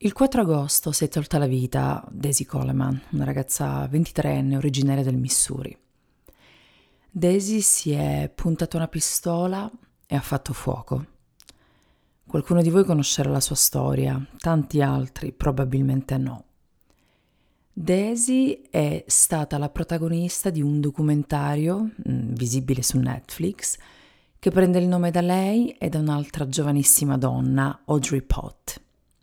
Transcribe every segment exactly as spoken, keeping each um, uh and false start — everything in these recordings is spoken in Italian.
Il quattro agosto si è tolta la vita Daisy Coleman, una ragazza ventitreenne originaria del Missouri. Daisy si è puntata una pistola e ha fatto fuoco. Qualcuno di voi conoscerà la sua storia, tanti altri probabilmente no. Daisy è stata la protagonista di un documentario mh, visibile su Netflix che prende il nome da lei e da un'altra giovanissima donna, Audrey Pott.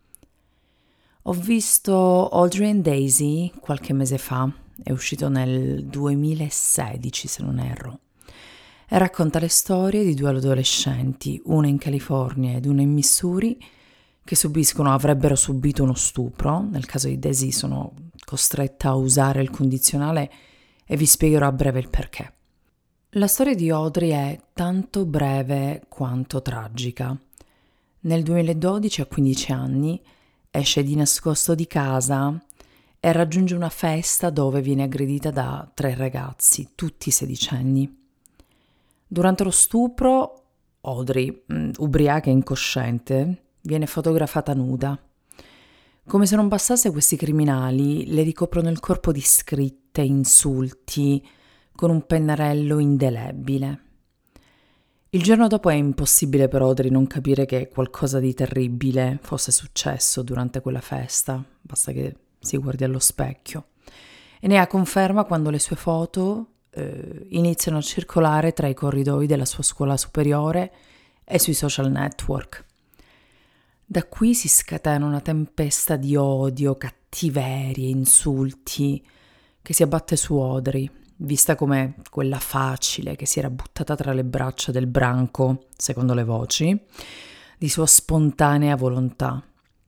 Ho visto Audrey and Daisy qualche mese fa, è uscito nel duemilasedici se non erro, e racconta le storie di due adolescenti, una in California ed una in Missouri, che subiscono, avrebbero subito uno stupro. Nel caso di Daisy sono costretta a usare il condizionale e vi spiegherò a breve il perché. La storia di Audrey è tanto breve quanto tragica. Nel duemiladodici, a quindici anni, esce di nascosto di casa e raggiunge una festa dove viene aggredita da tre ragazzi, tutti sedicenni. Durante lo stupro, Audrey, mh, ubriaca e incosciente, viene fotografata nuda. Come se non bastasse, questi criminali le ricoprono il corpo di scritte, insulti, con un pennarello indelebile. Il giorno dopo è impossibile per Audrey non capire che qualcosa di terribile fosse successo durante quella festa, basta che si guardi allo specchio. E ne ha conferma quando le sue foto eh, iniziano a circolare tra i corridoi della sua scuola superiore e sui social network. Da qui si scatena una tempesta di odio, cattiverie, insulti che si abbatte su Audrey, vista come quella facile che si era buttata tra le braccia del branco, secondo le voci, di sua spontanea volontà.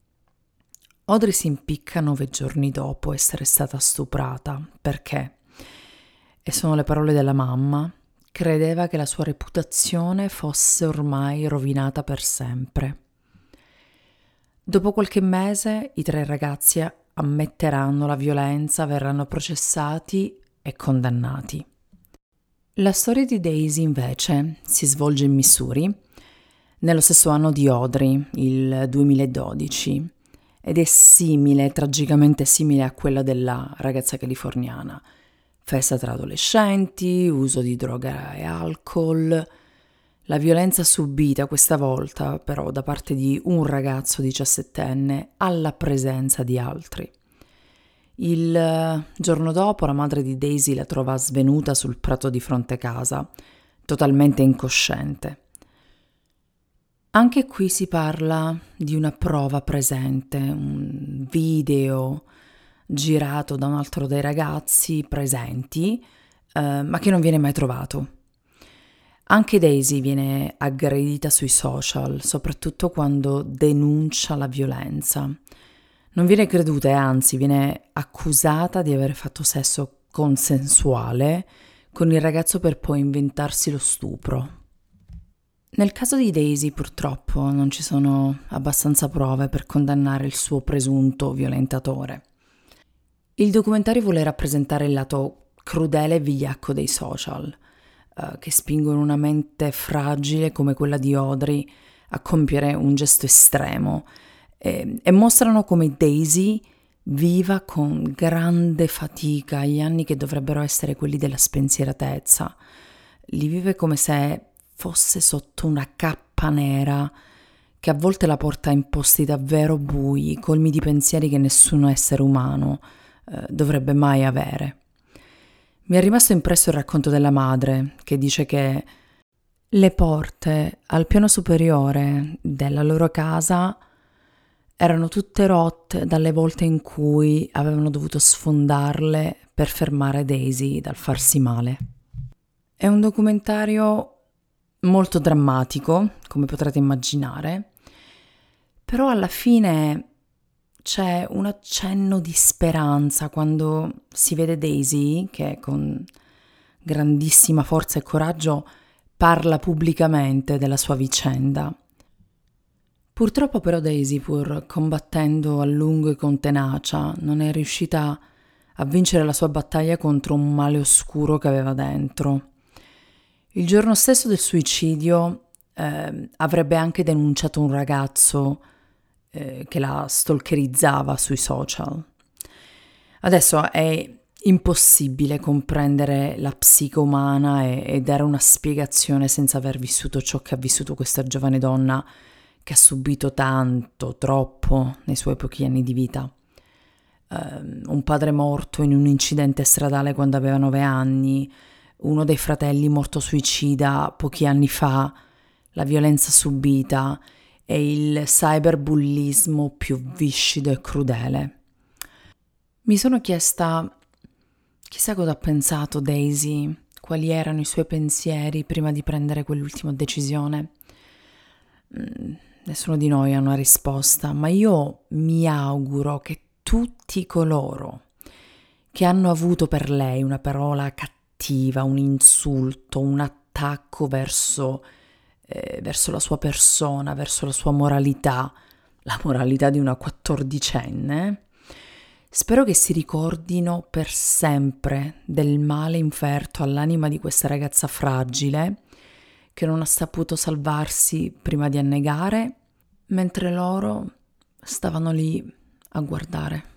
Audrey si impicca nove giorni dopo essere stata stuprata, perché, e sono le parole della mamma, credeva che la sua reputazione fosse ormai rovinata per sempre. Dopo qualche mese i tre ragazzi ammetteranno la violenza, verranno processati e condannati. La storia di Daisy invece si svolge in Missouri nello stesso anno di Audrey, il duemiladodici, ed è simile, tragicamente simile a quella della ragazza californiana. Festa tra adolescenti, uso di droga e alcol. La violenza subita questa volta però da parte di un ragazzo diciassettenne alla presenza di altri. Il giorno dopo la madre di Daisy la trova svenuta sul prato di fronte casa, totalmente incosciente. Anche qui si parla di una prova presente, un video girato da un altro dei ragazzi presenti, eh, ma che non viene mai trovato. Anche Daisy viene aggredita sui social, soprattutto quando denuncia la violenza. Non viene creduta e anzi viene accusata di aver fatto sesso consensuale con il ragazzo per poi inventarsi lo stupro. Nel caso di Daisy purtroppo non ci sono abbastanza prove per condannare il suo presunto violentatore. Il documentario vuole rappresentare il lato crudele e vigliacco dei social, eh, che spingono una mente fragile come quella di Audrey a compiere un gesto estremo, e, e mostrano come Daisy viva con grande fatica gli anni che dovrebbero essere quelli della spensieratezza. Li vive come se fosse sotto una cappa nera che a volte la porta in posti davvero bui, colmi di pensieri che nessun essere umano eh, dovrebbe mai avere. Mi è rimasto impresso il racconto della madre, che dice che le porte al piano superiore della loro casa erano tutte rotte dalle volte in cui avevano dovuto sfondarle per fermare Daisy dal farsi male. È un documentario molto drammatico, come potrete immaginare, però alla fine c'è un accenno di speranza quando si vede Daisy che con grandissima forza e coraggio parla pubblicamente della sua vicenda. Purtroppo però Daisy, pur combattendo a lungo e con tenacia, non è riuscita a vincere la sua battaglia contro un male oscuro che aveva dentro. Il giorno stesso del suicidio eh, avrebbe anche denunciato un ragazzo eh, che la stalkerizzava sui social. Adesso è impossibile comprendere la psiche umana e, e dare una spiegazione senza aver vissuto ciò che ha vissuto questa giovane donna che ha subito tanto, troppo nei suoi pochi anni di vita. Um, un padre morto in un incidente stradale quando aveva nove anni, uno dei fratelli morto suicida pochi anni fa, la violenza subita e il cyberbullismo più viscido e crudele. Mi sono chiesta chissà cosa ha pensato Daisy, quali erano i suoi pensieri prima di prendere quell'ultima decisione. Mm, nessuno di noi ha una risposta, ma io mi auguro che tutti coloro che hanno avuto per lei una parola cattiva, un insulto, un attacco verso, eh, verso la sua persona, verso la sua moralità, la moralità di una quattordicenne, spero che si ricordino per sempre del male inferto all'anima di questa ragazza fragile che non ha saputo salvarsi prima di annegare, mentre loro stavano lì a guardare.